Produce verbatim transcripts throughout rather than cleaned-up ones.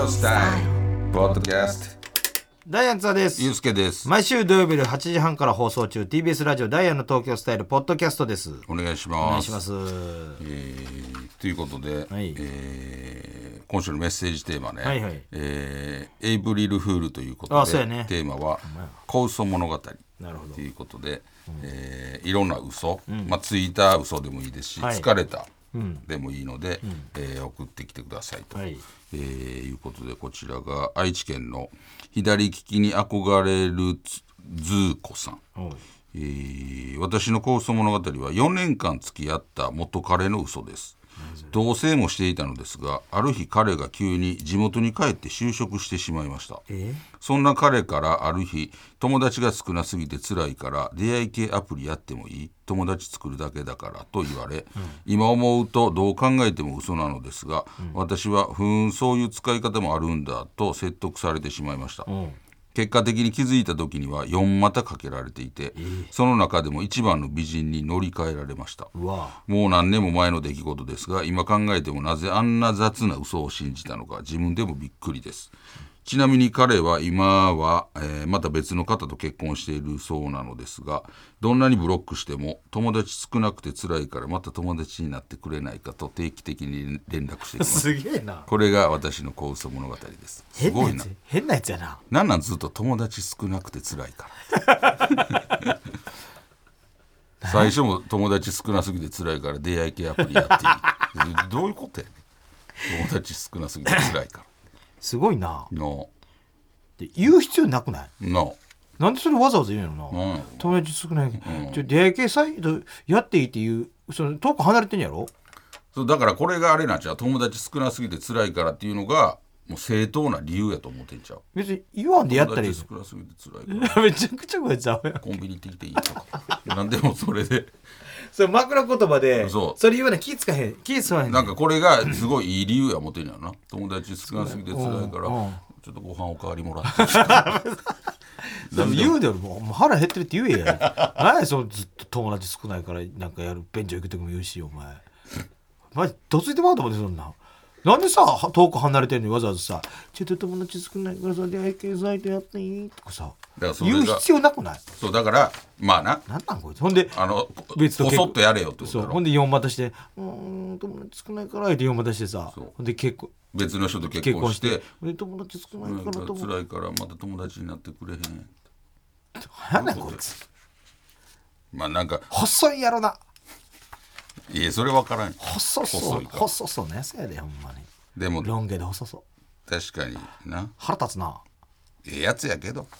京スタイルポッドキャスト。 ダイアンツァです。 ゆうすけです。 毎週土曜日のはちじはんから放送中 ティービーエス ラジオダイアンの東京スタイルポッドキャストです。 お願いします。 お願いします、 えー、ということで、 はい、 えー、今週のメッセージテーマね、 はいはい、 えー、エイブリルフールということで、 あ、そうやね、 テーマは小嘘物語ということで、 うん、 えー、いろんな嘘、 うん、 まあ、ついた嘘でもいいですし、はい、疲れたでもいいので、 うん、 えー、送ってきてくださいと、はい、えー、いうことで、こちらが愛知県の左利きに憧れるズーコさん、えー、私の小嘘物語はよねんかん付き合った元彼の嘘です。同棲もしていたのですが、ある日彼が急に地元に帰って就職してしまいました。 えそんな彼からある日、友達が少なすぎて辛いから出会い系アプリやってもいい？友達作るだけだからと言われ、うん、今思うとどう考えても嘘なのですが、うん、私はふーん、そういう使い方もあるんだと説得されてしまいました。うん、結果的に気づいた時にはよん股かけられていて、えー、その中でも一番の美人に乗り換えられました。 うわ、 もう何年も前の出来事ですが、今考えてもなぜあんな雑な嘘を信じたのか自分でもびっくりです。ちなみに彼は今は、えー、また別の方と結婚しているそうなのですが、どんなにブロックしても友達少なくて辛いからまた友達になってくれないかと定期的に連絡してきます。 すげえな。 これが私の小嘘物語です。すごいな。 変なやつやな。 なんなんずっと友達少なくて辛いから最初も友達少なすぎて辛いから出会い系アプリやっていいどういうことやねん。友達少なすぎて辛いからすごいな。 ので言う必要なくないのなんでそれわざわざ言うのな、うん、友達少ない、うん、ちょ出会い系サイトやっていいっていうその遠く離れてんやろ。 そうだからこれがあれなんちゃう、友達少なすぎて辛いからっていうのがもう正当な理由やと思ってんちゃう。 別に言わんでやったらいい。 友達少なすぎて辛いからめちゃくちゃこいつはコンビニ行ってきていいとかなんでもそれでそれ枕言葉で そ, それ言わない気使へん気使わへん、ね、 なんかこれがすごいいい理由や思ってんやろな。友達少なすぎて辛いから、うんうん、ちょっとご飯おかわりもらって言うで俺もう腹減ってるって言えや何やそのずっと友達少ないからなんかやる便所行くときも言うしお前マジどついてもらうと思ってそんななんでさ遠く離れてんのにわざわざさちょっと友達少ないからさ出会い系サイトやっていいとかさ言う必要なくない。 そうだからまあななんなんこいつほんであの別とこそっとやれよってことだろ。 ほんでよん股してうーん友達少ないからってよん股してさほんで結婚別の人と結婚して友達少ないからと辛いからまた友達になってくれへん。 何なんこいつ。 まあなんか細いやろな。 いやそれ分からん。 細そう細そうなやつやでほんまに。でもロン毛で細そう。 確かにな腹立つな。 ええやつやけど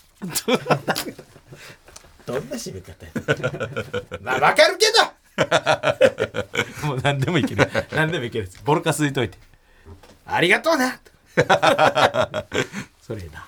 どんな締め方やまあ分かるけどもう何でもいける何でもいけるボルカ吸いといてありがとうなそれな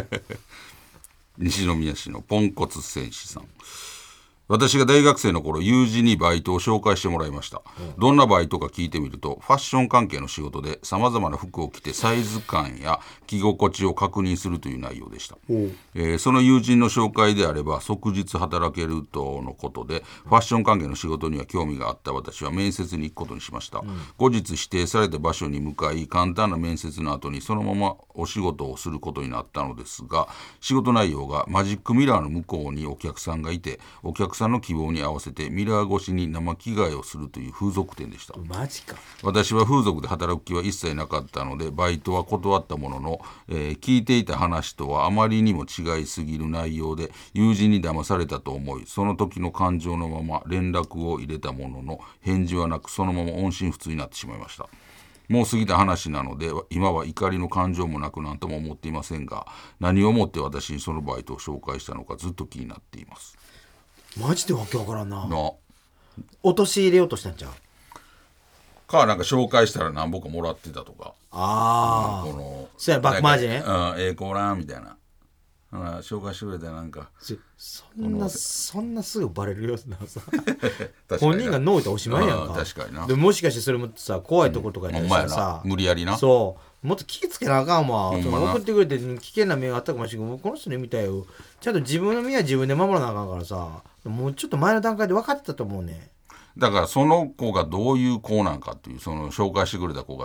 西宮市のポンコツ戦士さん。私が大学生の頃友人にバイトを紹介してもらいました、うん、どんなバイトか聞いてみるとファッション関係の仕事でさまざまな服を着てサイズ感や着心地を確認するという内容でした、えー、その友人の紹介であれば即日働けるとのことでファッション関係の仕事には興味があった私は面接に行くことにしました、うん、後日指定された場所に向かい簡単な面接の後にそのままお仕事をすることになったのですが、仕事内容がマジックミラーの向こうにお客さんがいてお客さんの希望に合わせてミラー越しに生着替えをするという風俗店でした。 マジか。 私は風俗で働く気は一切なかったのでバイトは断ったものの、えー、聞いていた話とはあまりにも違いすぎる内容で友人に騙されたと思い、その時の感情のまま連絡を入れたものの返事はなくそのまま音信不通になってしまいました。もう過ぎた話なので今は怒りの感情もなくなんとも思っていませんが、何をもって私にそのバイトを紹介したのかずっと気になっています。 マジでわけわからんな。 の落とし入れようとしたんちゃうか、なんか紹介したら何ぼかもらってたとか。 ああ、このそうやバックマージン、 うん、ええ子らんみたいな、うん、紹介してくれたらなんかそんなそんなすぐバレるようなさ本人がノーっておしまいやんか。 確かにな。 でもしかしてそれもさ怖いところとかやったらさ、 うん、無理やりな。 そうもっと気ぃつけなあかんわ。送ってくれて危険な目があったかもしれないけど、この人の見たよ、ちゃんと自分の身は自分で守らなあかんからさ、もうちょっと前の段階で分かってたと思うね。 だからその子がどういう子なんかっていう、その紹介してくれた子がさ、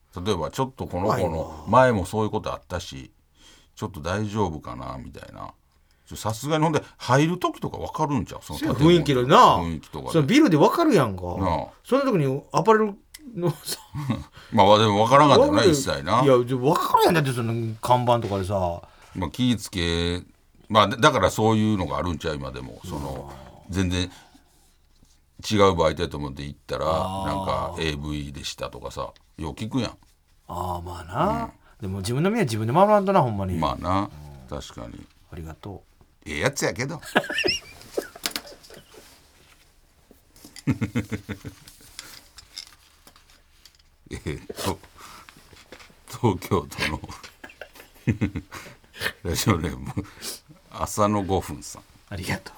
例えばちょっとこの子の前もそういうことあったしちょっと大丈夫かなみたいなさすがにほんで入る時とか分かるんちゃうその建物雰囲気でな雰囲気とかでそのビルで分かるやんかなその時にアパレルのさまあでも分からんかったよな一切ないや分かるやんだってその看板とかでさまあ、気ぃつけまあだからそういうのがあるんちゃう今でもその全然違う媒体と思って行ったらなんか エーブイ でしたとかさよう聞くやんああまあな、うん、でも自分の身は自分で守らんとなほんまにまあな、うん、確かにありがとうええやつやけどえー、っと東京都のラジオネーム朝のごふんさんありがとう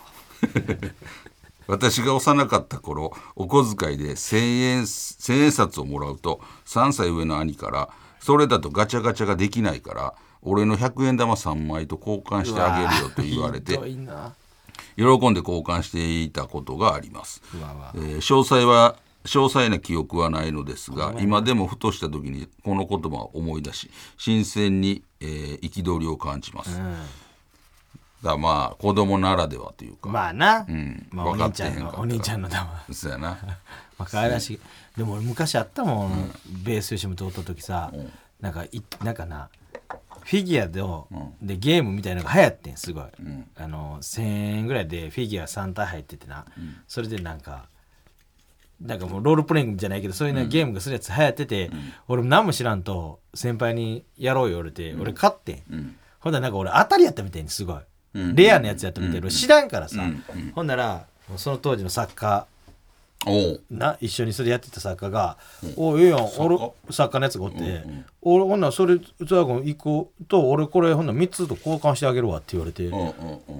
私が幼かった頃お小遣いで千円、千円札をもらうとさんさい上の兄からそれだとガチャガチャができないから俺のひゃくえん玉さんまいと交換してあげるよと言われて喜んで交換していたことがあります。えー、詳細は詳細な記憶はないのですが今でもふとした時にこの言葉を思い出し新鮮に、えー、憤りを感じます、うん、だまあ子供ならではというかまあな、 うんまあ、お兄ちゃんのお兄ちゃんの玉そうやなまあ可愛らしいでも昔あったもん、うん、ベース吉本おった時さ、うん、なんかいなんかなフィギュア で,、うん、でゲームみたいなのが流行ってんすごい、うん、あのせんえんぐらいでフィギュアさん体入っててな、うん、それでなんかなんかもうロールプレイングじゃないけどそういう、ねうん、ゲームがするやつ流行ってて、うん、俺も何も知らんと先輩にやろうよ言われて、うん、俺買ってん、うん、ほんならなんか俺当たりやったみたいにすごい、うん、レアなやつやったみたいな、うん、俺知らんからさ、うん、ほんならその当時の作家な一緒にそれやってた作家が「おいええやん俺作家のやつがおって、うんうん、俺ほんならそれツアー君いっこと俺これほんならみっつと交換してあげるわ」って言われて、うんうんうん、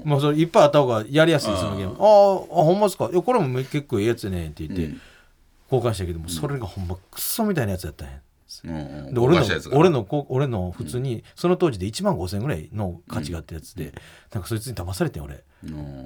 まあそれいっぱいあった方がやりやすいそのゲーム「ああほんまですかいやこれも結構いいやつね」って言って、うん、交換したけどもそれがほんまクソみたいなやつやったんや、うんうん、で俺の俺の俺の普通に、うん、その当時でいちまんごせんえんぐらいの価値があったやつで、うん、なんかそいつに騙されてん俺、 うん、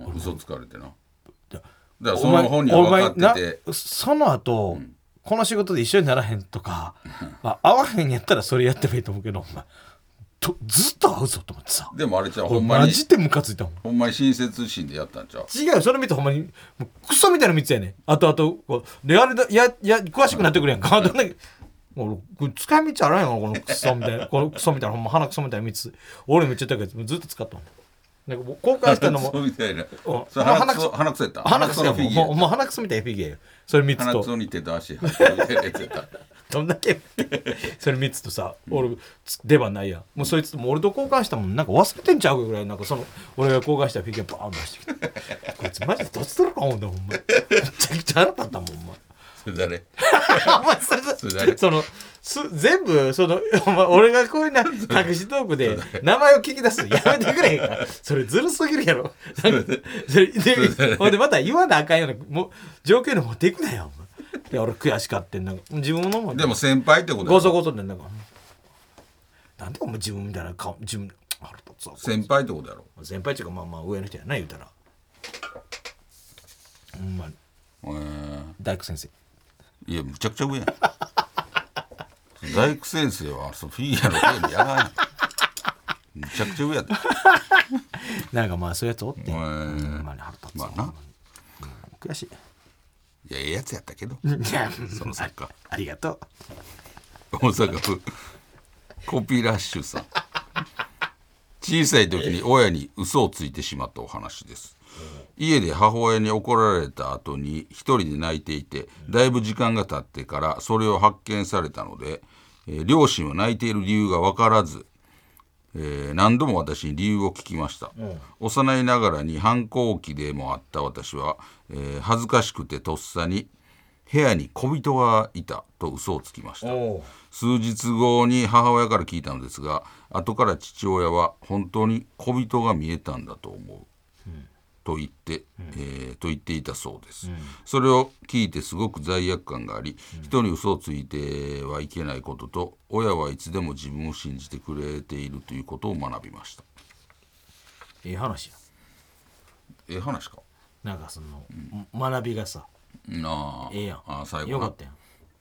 嘘つかれてなだからその本人は分かっててその後、うん、この仕事で一緒にならへんとか、まあ、合わへんやったらそれやってもいいと思うけどお前とずっと会うぞと思ってさでもあれちゃうほんまにマジでムカついたもんほんまに親切心でやったんちゃう違うよそれ見てほんまにもうクソみたいな蜜やねんあとあとこうレアルだやや詳しくなってくるやんか、うん、俺これ使い道あらへんのこのクソみたいなこのクソみたいなほんま鼻クソみたいな蜜俺めっちゃ言ったけどずっと使ったもんなんかもう交換したのもそうみたいな、うん、 それ鼻くそ鼻くそやった鼻くそやもうもうもう鼻くそみたいなフィギュアよそれみっつと鼻くそに手と足入ってるみたいなやつやったどんだけそれみっつとさ、うん、俺出番ないやんもうそいつとも俺と交換したもんなんか忘れてんちゃうぐらいなんかその俺が交換したフィギュアバーン出してきてこいつマジでどつとるか思うんだほんまめちゃくちゃ腹立ったもんほんまそれ誰お前それそれ誰そのす全部そのお前俺がこういうな隠しトークで名前を聞き出すのやめてくれへんからそれずるすぎるやろそれでほんでまた言わなあかんようなもう状況に持っていくなよいや俺悔しかってんなんか自分のもでも先輩ってことだごそごそでなんかなんでお前自分みたいな顔自分先輩ってことやろ先輩っていうかまあまあ上の人やな言うたらほんまに、えー、大工先生いやむちゃくちゃ上やん大工先生はそのフィギュアのゲームやらないむちゃくちゃ上やったなんかまあそういうやつおってん、えー、まあ、腹立つまあな、うん、 悔しいいやええやつやったけどその作家 あ, ありがとう大阪府コピーラッシュさん小さい時に親に嘘をついてしまったお話です。家で母親に怒られた後に一人で泣いていてだいぶ時間が経ってからそれを発見されたので、えー、両親は泣いている理由が分からず、えー、何度も私に理由を聞きました、うん、幼いながらに反抗期でもあった私は、えー、恥ずかしくてとっさに部屋に小人がいたと嘘をつきました。数日後に母親から聞いたのですが後から父親は本当に小人が見えたんだと思う、うんと言って、うんえー、と言っていたそうです、うん、それを聞いてすごく罪悪感があり、うん、人に嘘をついてはいけないことと親はいつでも自分を信じてくれているということを学びました。 ええ話やええ話かなんかその、うん、学びがさなあええやんあ最後よかったやん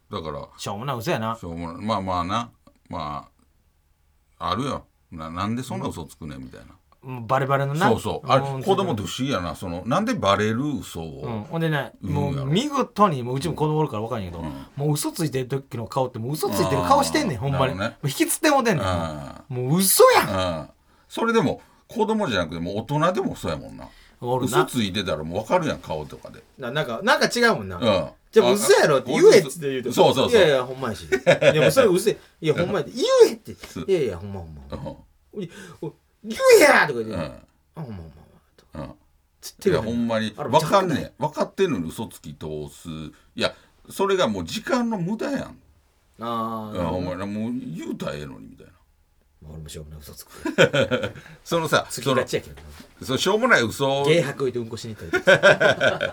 だからしょうもない嘘やな。 しょうもないまあまあなまああるよ な, なんでそんな嘘つくねんみたいな、 もうバレバレのな。 そうそうあれん子供って不思議やなそのなんでバレる嘘を、 うん、ほんでね、もうんやろう見事にもううちも子供おるから分かんないけど、もう嘘ついてる時の顔ってもう嘘ついてる顔してんねん、 あーほんまに、 なるほどねもう引きつってもうてんねん、 あもう嘘やん。 うんそれでも子供じゃなくてもう大人でもそうやもんなおるな。 嘘ついてたらもう分かるやん顔とかでななんかなんか違うもんな、 うんじゃあ嘘やろって言えっつって言うと、 そうそうそういやいやほんまやし、いやもうそれ嘘や、いやほんまやで言えって、いやいやほんまほんま、 うんいお言えやとか言って、 うんあほんまほんまとうんつってるいやほんまにあれ分かんめちゃくちゃねん分かってんのに嘘つき通すいやそれがもう時間の無駄やんああ、 いやほんまにもう言うたらええのにみたいな俺もしょうもない嘘つくそのさつきそのがちやけどな、 そのしょうもない嘘芸博置いてうんこしに行ったりとか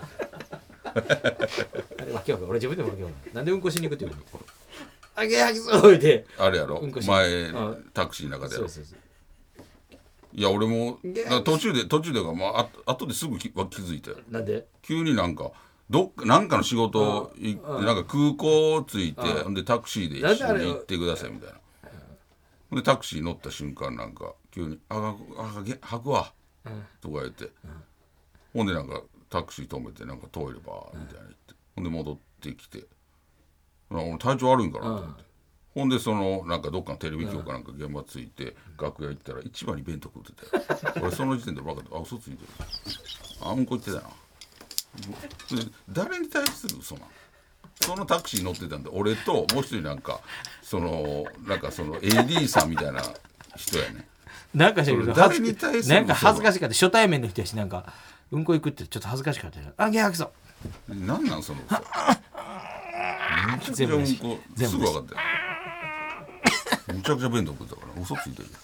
あれわけわかんない俺自分でもわけわかんないなんでうんこしに行くって言うのあ芸博そう置いてあれやろうんこし前あタクシーの中でやろそうそうそういや俺もいやだから途中で途中でかまああ後ですぐき気づいたよなんで急になんかどっかなんかの仕事いなんか空港着いてほんでタクシーで一緒に行ってくださいみたいなほんでタクシー乗った瞬間なんか急に「あがあげ吐くわ」とか言ってほんでなんかタクシー止めてなんかトイレバーみたいな言ってほんで戻ってきて俺体調悪いんかなと思ってほんでそのなんかどっかのテレビ局かなんか現場着いて楽屋行ったら一番に弁当食ってたよ俺その時点で分かったあ嘘ついてるあうんこ言ってたなで誰に対する嘘なのそのタクシー乗ってたんで俺ともう一人なんかそのなんかその エーディー さんみたいな人やねなんかしらけど誰に対するなんか恥ずかしかった初対面の人やしなんかうんこ行くってちょっと恥ずかしかったよあ芸博そうなんなんその嘘めちゃくちゃうんこすぐ分かったよめちゃくちゃ弁当食ったから嘘ついてる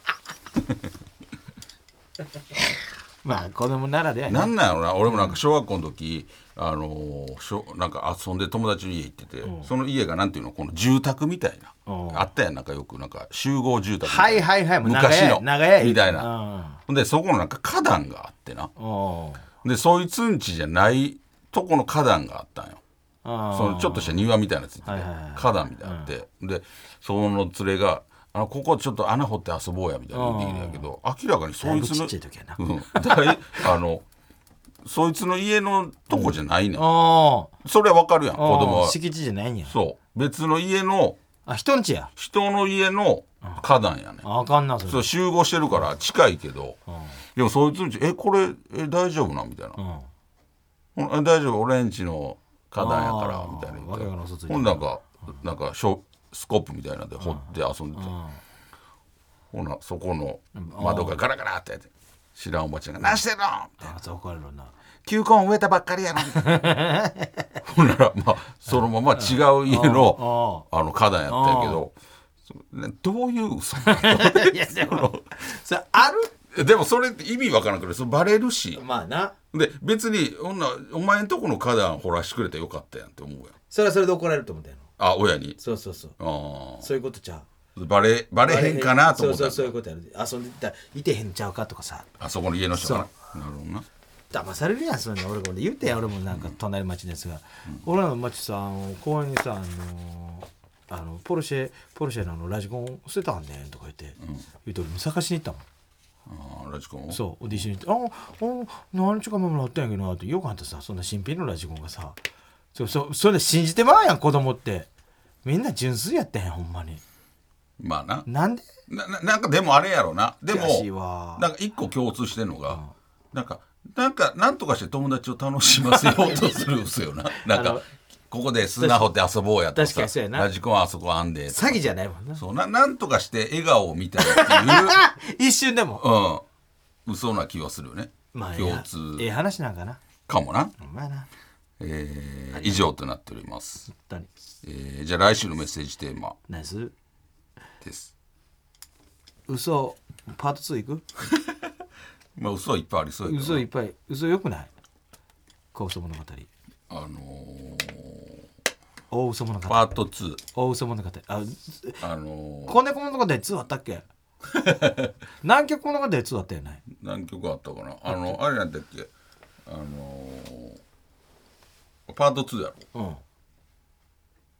まあ子供ならではやねなんなんやろな俺もなんか小学校の時、あのーしょなんか遊んで友達の家行ってて、その家がなんていうのこの住宅みたいな、あったやんなんかよくなんか集合住宅みたいな、 はいはいはいもう長昔の屋長屋みたいな、ほんでそこのなんか花壇があってなうんでそいつんちじゃないとこの花壇があったんよあそのちょっとした庭みたいなやついてて、 はいはいはい花壇みたいなのあって、でその連れがあのここちょっと穴掘って遊ぼうやみたいな言ってきてんやけど明らかにそいつのだいぶちっちゃい時やなうんだいあのそいつの家のとこじゃないねん、 あそれはわかるやん子供は敷地じゃないんやそう別の家のあ人んちや人の家の花壇やねんああかんなそれそう集合してるから近いけどでもそいつんちえこれえ大丈夫なみたいな、 うんほん大丈夫俺んちの花壇やからあーみたいな言わけわからんって嘘ついてるほんでなんかなんかショスコップみたいなんで掘って遊んでた、ほなそこの窓がガラガラってやって知らんおばちゃんが「何してんの?」みたいなあそうかるな 「球根植えたばっかりやのに」ほんならまあそのまま違う家のあの花壇やったんやけどそねどういう嘘なのいやでもそれあるでもそれって意味わからんからそれバレるしまあなで別にほんなお前んとこの花壇掘らしてくれたらよかったやんって思うやんそれはそれで怒られると思ったよあ親にそうそうそうあそういうことちゃうあバレバレへんかなと思ったそうそうそういうことやる遊んでたらいてへんちゃうかとかさあそこの家の人がななるほどな騙されるやんそんな俺これ言ってや俺もなんか隣町ですが、俺らの町さあの公園にさあのあのポルシェポルシェのあのラジコン捨てたんねんとか言って、言うと俺も探しに行ったもんあラジコンそうオーディションに行って「ああ何ちゅうかもらったんやけどな」ってよくあんたさそんな新品のラジコンがさそうそうそれ信じてまうやん子供ってみんな純粋やったんやほんまにまあななんでなななんかでもあれやろなでも悔しいわなんか一個共通してんのが、なんかなんかなんとかして友達を楽しませようとする嘘よななんかあのここで砂掘って遊ぼうやとか確かにそうやなラジコンあそこあんでとか詐欺じゃないもんなそうななんとかして笑顔を見たいっていう一瞬でもうん嘘な気はするよね、 まあ共通ええ話なんかなかもな、 まあなえー以上となっております、 本当にえーじゃあ来週のメッセージテーマナイスです嘘パートツーいくまあ嘘はいっぱいありそうやけど嘘いっぱい嘘よくない小嘘物語あのー、 大嘘物語パートツー大嘘物語ああのー、 子猫物語ツーあったっけ南極物語ツーあったよね何曲あったかなあのあれなんだっけあのー、パートツーやろうん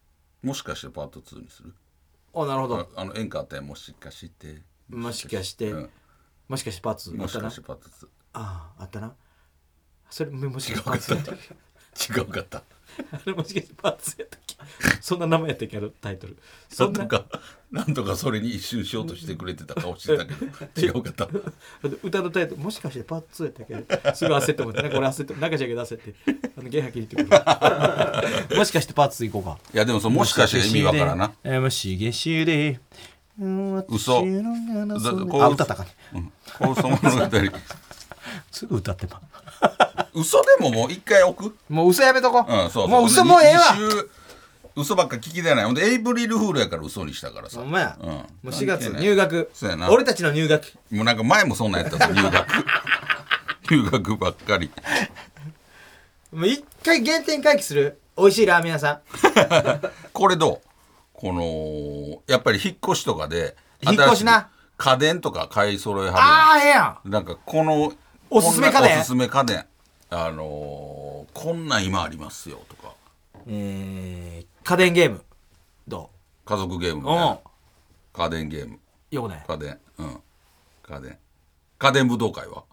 もしかしてパートツーにする？ あ、なるほど。 ああの演歌あったやん、もしかしてもしかして、 うん、 もしかしてパーツあもしったな。 かしてパートツああ、あったな。それもしかしてパーツやったっけ？ ー違うかった。 あれもしかしてパーツやったっけ？そんな名前やったっけ、あのタイトル。そんななんとかなんとかそれに一瞬しようとしてくれてた顔してたけど違うかった。 歌のタイトルもしかしてパーツやったっけ？すぐ焦って思ってね、これ焦って中じゃけ出せってあのゲーハキ言ってくる。もしかしてパーツいこうか。 いやでもそのもしかして意味わからんな。 えもしげしで嘘あ、歌ったかね、 うん、高層物語すぐ歌ってば嘘でももう一回置く。 もう嘘やめとこ、 うん、そうそう、 もう嘘もうええわ。 二週嘘ばっか聞きてないほんでエイプリルフールやから嘘にしたからさ。 ほんまや、 うん、もうしがつ入学。 そうやな。 俺たちの入学。 もうなんか前もそんなんやったぞ入学入学ばっかり。 もう一回原点回帰する。美味しいラーメン屋さんこれどう？このやっぱり引っ越しとかで引っ越しな家電とか買い揃えはるやん。 ああ、ええやん。 なんかこのおすすめ家電おすすめ家電あのー、こんなん今ありますよとか、 えー、家電ゲームど家族ゲームみう？ たいなお家電ゲームうよくない？ 家電うん家電家電武道会は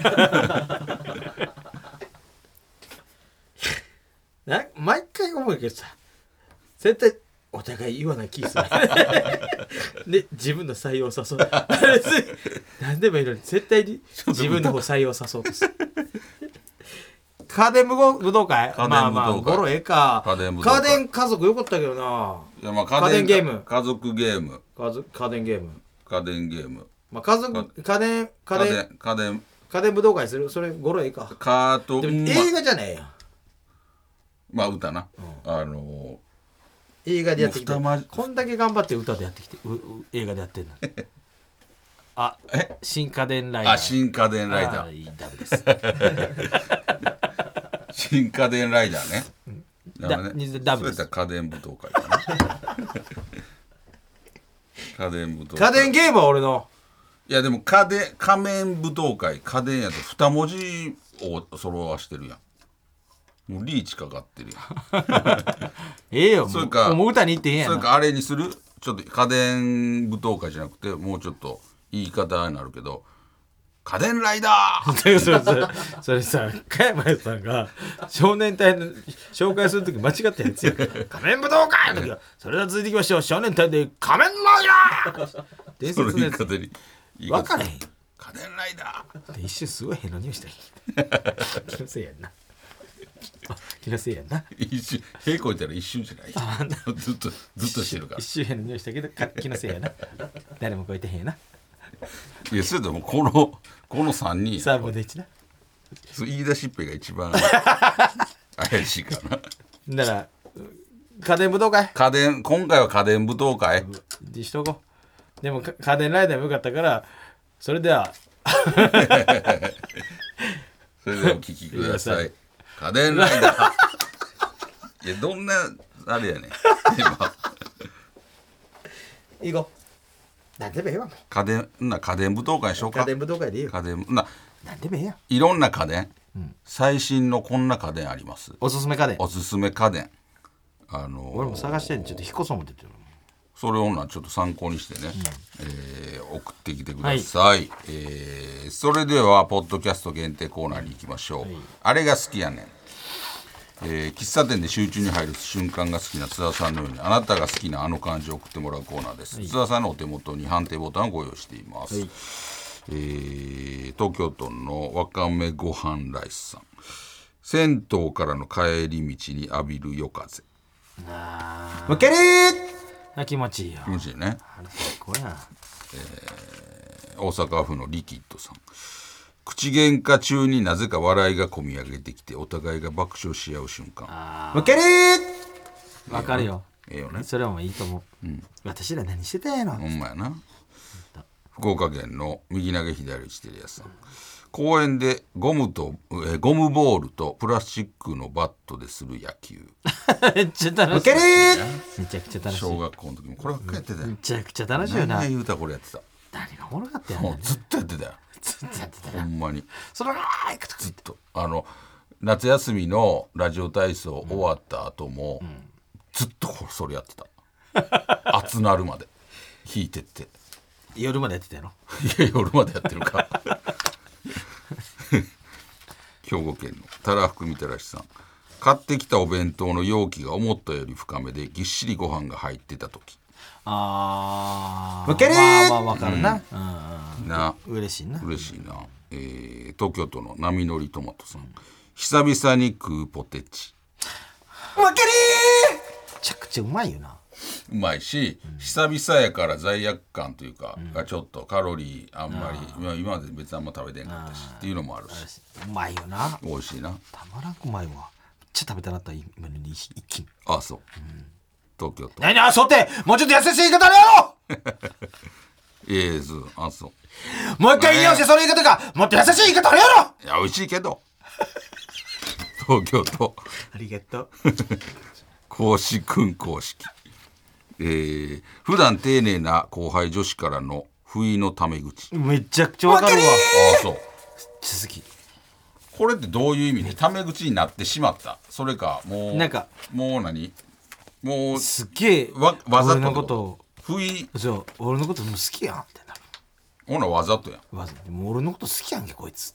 な毎回思うけどさ、絶対お互い言わない気するで自分の採用を誘う何でもいいのに絶対に自分の方採用を誘おうとする家電武道会、 家電武道会まあまあゴロええか。 家電武道会家電家族よかったけどな。 いやまあ家電ゲーム家族ゲーム家族家電ゲーム、 家電ゲームまあ、家族家電家家電電家電家電武道会する。それゴロええか。 カートでもうん映画じゃねえやん。 まあ歌な、あの映画でやってきてもう二文字こんだけ頑張って歌でやってきてうう映画でやってんのあえ新家電ライー、 ダー。 あ新家電ライダーあいいダメです新家電ライダーね、 だダメねダメですそうやったら家電舞踏会かな家電舞踏会家電ゲームは俺の。 いやでも家電仮面舞踏会家電やと二文字を揃わしてるやん。もうリーチかかってるやん。 ええよそれかもうもう歌に行ってへんやんそれかあれにするちょっと家電舞踏会じゃなくてもうちょっと言い方になるけど家電ライダーそれそれそれそれさ加山さんが少年隊の紹介するとき間違ったやつや仮面武道会の時はそれでは続いていきましょう。少年隊で仮面ライダー伝その説のやつ言い方に言い方分かれへん。 家電ライダーで一瞬すごい変な匂いした気のせいやんな気のせいやんな。 一瞬平行いたら一瞬じゃないずっとずっとしてるから一瞬変な匂いしたけどか気のせいやな。誰も超えてへんやな。 いやそれでもこのこのさんにんさんぶんのいちな。 そう言い出しっぺが一番怪しいかな。 だから家電武道会家電今回は家電舞踏会にしとこう。でもか家電ライダーもよかったからそれではそれではお聞きください家電ライダーいやどんなあれやねん今いいこ何でもええわもう家電な家電舞踏会しようか家電武道会でいいよ。 家電な何でもええやん。 いろんな家電、最新のこんな家電ありますおすすめ家電おすすめ家電あのー俺も探してんのちょっと引っ越そう思っててそれをなちょっと参考にしてね、えー送ってきてください、えーそれではポッドキャスト限定コーナーに行きましょう、あれが好きやねん、えー喫茶店で集中に入る瞬間が好きな津田さんのようにあなたが好きなあの漢字を送ってもらうコーナーです、津田さんのお手元に判定ボタンをご用意しています、えー東京都のわかめご飯ライスさん、銭湯からの帰り道に浴びる夜風。 あむけりー気持ちいいよ。 気持ちいいね。 あれ最高やん。 大阪府のリキッドさん、口喧嘩中になぜか笑いがこみ上げてきてお互いが爆笑し合う瞬間。 むけりーわかるよ。 ええよね。 それもいいと思う、うん、私ら何してたんやろ。 ほんまやな。福岡県の右投げ左打ちテレアさん、公園でゴムとえゴムボールとプラスチックのバットでする野球めっちゃ楽しい。めちゃくちゃ楽しい。 小学校の時もこればっかりやってたよ。 めちゃくちゃ楽しいよな。 何言うたこれやってた。 何がおもろかったよね。 もうずっとやってたよ。 ずっとやってたよ。 ほんまに。 そのーいくとずっとあの夏休みのラジオ体操終わった後も、 ずっとそれやってた熱なるまで引いてって。 夜までやってたやろ。 いや夜までやってるか兵庫県のたらふくみたらしさん、買ってきたお弁当の容器が思ったより深めでぎっしりご飯が入ってた時。 あー、 まあまあわかるな、うんうんうん、な嬉しいな嬉しいな、えー、東京都の波乗りトマトさん、久々に食うポテチ。 わかりー、めちゃくちゃうまいよな。 うまいし、うん、久々やから罪悪感というか、うん、がちょっとカロリーあんまり今まで別にあんま食べてんかったしっていうのもあるし、 うまいよな。 美味しいな。 たまらんくうまいわ。めっちゃ食べたなった今のに一気に。 ああそう、うん、東京都。 何あそうってもうちょっと優しい言い方あるやろええそうあそう。 もう一回言い直して、その言い方がもっと優しい言い方あるやろ。 いや美味しいけど東京都ありがとう公式くん公式、えー、普段丁寧な後輩女子からの不意のタメ口。 めちゃくちゃわかるわ。 あそう続きこれってどういう意味でタメ口になってしまった。それかもうなんかもう何もうすっげえわわざと俺のこと不意。 そう俺のこともう好きやんってなる。 ほなわざとやん。 わざともう俺のこと好きやんけこいつって。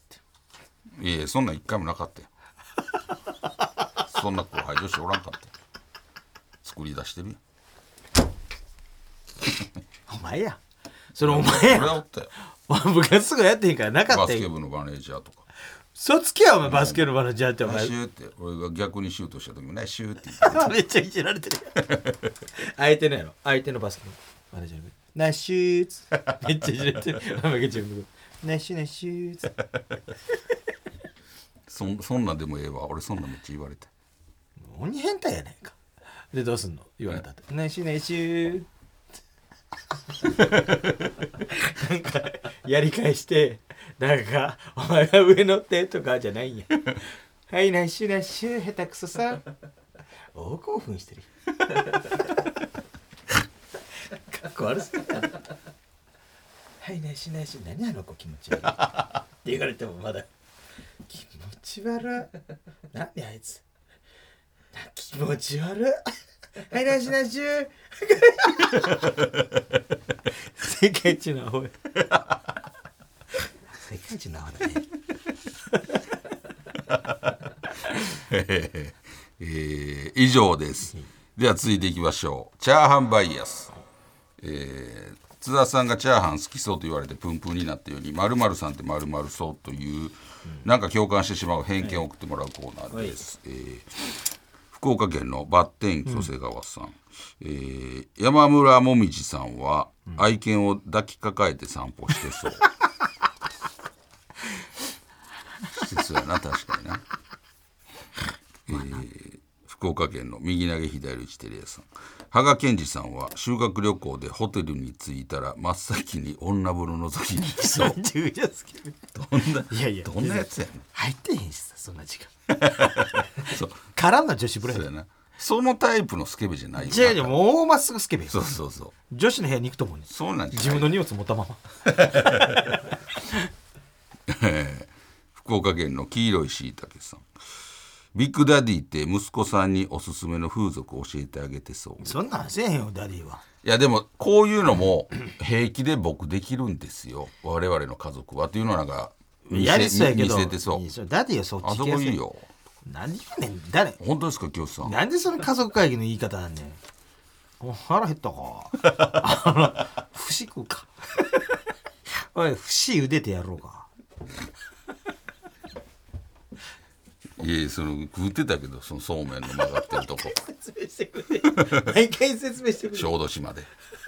いやそんなん一回もなかったよそんな後輩女子おらんかったよ。作り出してるやんお前やそれお前や。 俺はおったよ部活とかやってへんからなかったよ。 バスケ部のマネージャーとか。 そつけやお前バスケのマネージャーってお前。 ナイシューって俺が逆にシュートした時もナイシューって言ってめっちゃいじられてる相手のやろ相手のバスケのマネージャーがナイシューめっちゃいじられてるナイシューナイシューそ, そんなんでもええわ。俺そんなんめっちゃ言われて鬼変態やないか。でどうすんの言われたってナイシューナイシューなんかやり返してなんかお前が上乗ってとかじゃないんやはいナイシューナイシュー下手くそさ大興奮してるかっこ悪すぎたはいナイシューナイシュー何あの子気持ち悪いって言われてもまだ気持ち悪い何あいつ気持ち悪いはいナイシューナイシュー世界一のアホや世界一のアホだねえー、以上です。では続いていきましょう。チャーハンバイアス、えー、津田さんがチャーハン好きそうと言われてプンプンになったように〇〇さんって〇〇そうという、うん、なんか共感してしまう偏見を送ってもらうコーナーです、はい。えー、福岡県のバッテン巨瀬川さん、うん、えー、山村もみじさんは愛犬を抱きかかえて散歩してそう、うん、そうやな確かにな。えー、福岡県の右投げ左打ちテレアさん、羽賀健二さんは修学旅行でホテルに着いたら真っ先に女風呂覗きに行きそうどんないやいやどんなやつやねん。 入ってへんしさそんな時間そうからんな女子風呂やな。 そのタイプのスケベじゃないよ。 じゃあもうまっすぐスケベ。 そうそうそう女子の部屋に行くと思うね。 そうなんじゃない。 自分の荷物持ったまま福岡県の黄色いしいたけさん、ビッグダディって息子さんにおすすめの風俗を教えてあげてそう。 そんなんせえへんよダディは。 いやでもこういうのも平気で僕できるんですよ我々の家族はっていうのはなんか見せ、見せてそう。 いいダディはそっちあそこいいよ。 何やねん誰。 本当ですか清さん。 なんでその家族会議の言い方なんねん。お腹減ったか節食うかおい節茹でてやろうか。 いやその食ってたけどそのそうめんの曲がってるとこ説明してくれ毎回説明してくれ小豆島で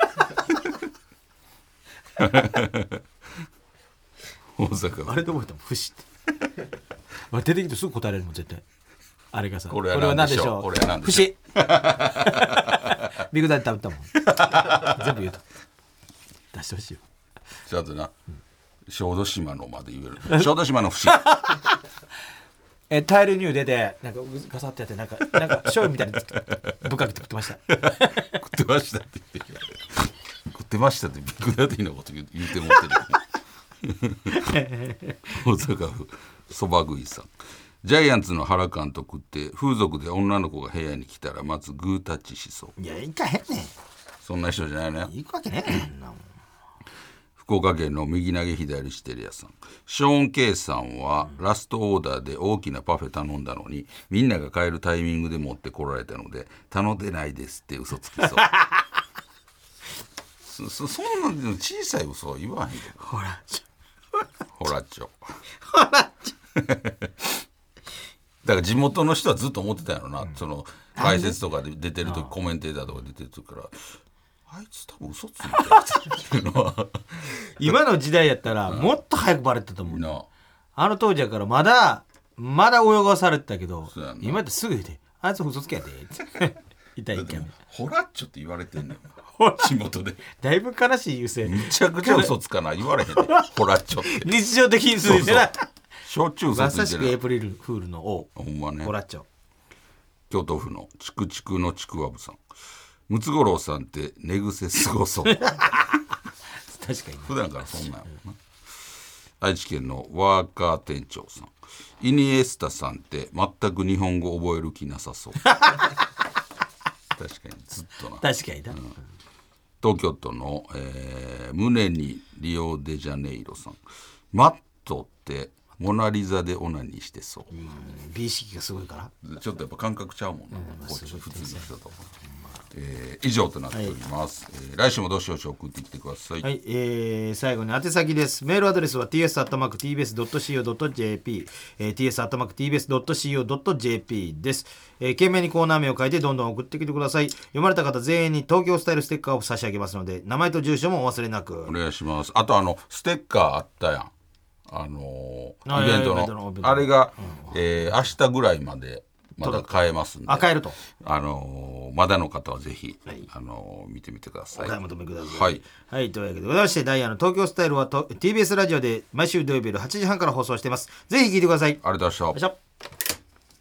大阪あれどこ行ったの節って出てきてすぐ答えられるもん絶対。あれがさこれは何でしょう。これは何でしょう。 節ビッグダディ食べたもん全部言うと出してほしいよ。 ちゃんとな、うん、小豆島のまで言える小豆島の節えタイルに茹でてなんかガサってやってなんかなんか醤油みたいにぶっかけて食ってました食ってましたって言って食ってましたってビッグダディのこと言うてもってる大阪府そば食いさん、 ジャイアンツの原監督って風俗で女の子が部屋に来たらまずグータッチしそう。 いや行かへんねん。 そんな人じゃないね。 行くわけねえねんそんなもん。 福岡県の右投げ左シテリアさん。ショーン・ケイさんはラストオーダーで大きなパフェ頼んだのにみんなが帰るタイミングで持ってこられたので頼んでないですって嘘つきそうそ, そ, そんな小さい嘘は言わへんけど。 ほらちほらっちょょほらちょだから地元の人はずっと思ってたやろな、うん、その解説とかで出てる時コメンテーターとか出てる時からあいつ多分嘘ついてるっていうのは今の時代やったらもっと早くバレてたと思う、うん、あの当時やからまだまだ泳がされてたけど今ってすぐ言うてあいつ嘘つけやでって痛いけどホラッチョって言われてんねん地元でだいぶ悲しい優勢めちゃくちゃ嘘つかな言われへんねんホラッチョって日常的にするじゃないしょっちゅう嘘ついてる。 まさしくエイプリルフールの王ほんまね。 ホラッチョ。 京都府のチクチクのちくわぶさん。ムツゴロウさんって寝癖すごそう確かに普段からそんなんやもんな。愛知県のワーカー店長さん。イニエスタさんって全く日本語覚える気なさそう確かにずっとな。 確かにな、うん、 東京都の、えー、胸にリオデジャネイロさん。マットってモナリザでオナニーしてそう。うん美意識がすごいからちょっとやっぱ感覚ちゃうもんな、 うん、 こっち普通の人と、えー、以上となっております、はいえー、来週もどしどし送ってきてください、 はいえー、最後に宛先です。メールアドレスは ティーエス アットマーク ティービーエス ドット シーオー ドット ジェーピー、えー、ティーエス アットマーク ティービーエス ドット シーオー ドット ジェーピー です、えー、懸命にコーナー名を書いてどんどん送ってきてください。読まれた方全員に東京スタイルステッカーを差し上げますので名前と住所もお忘れなくお願いします。あとあのステッカーあったやんあのー、イベント の, のあれが、うんえー、明日ぐらいまでまだ買えますんであ買えると、 あのー、まだの方はぜひ、はいあのー、見てみてください。 お買い求めください。 はい、 はい、というわけでございましてダイヤの東京スタイルはと ティービーエス ラジオで毎週土曜日夜はちじはんから放送しています。ぜひ聞いてください。 ありがとうございました。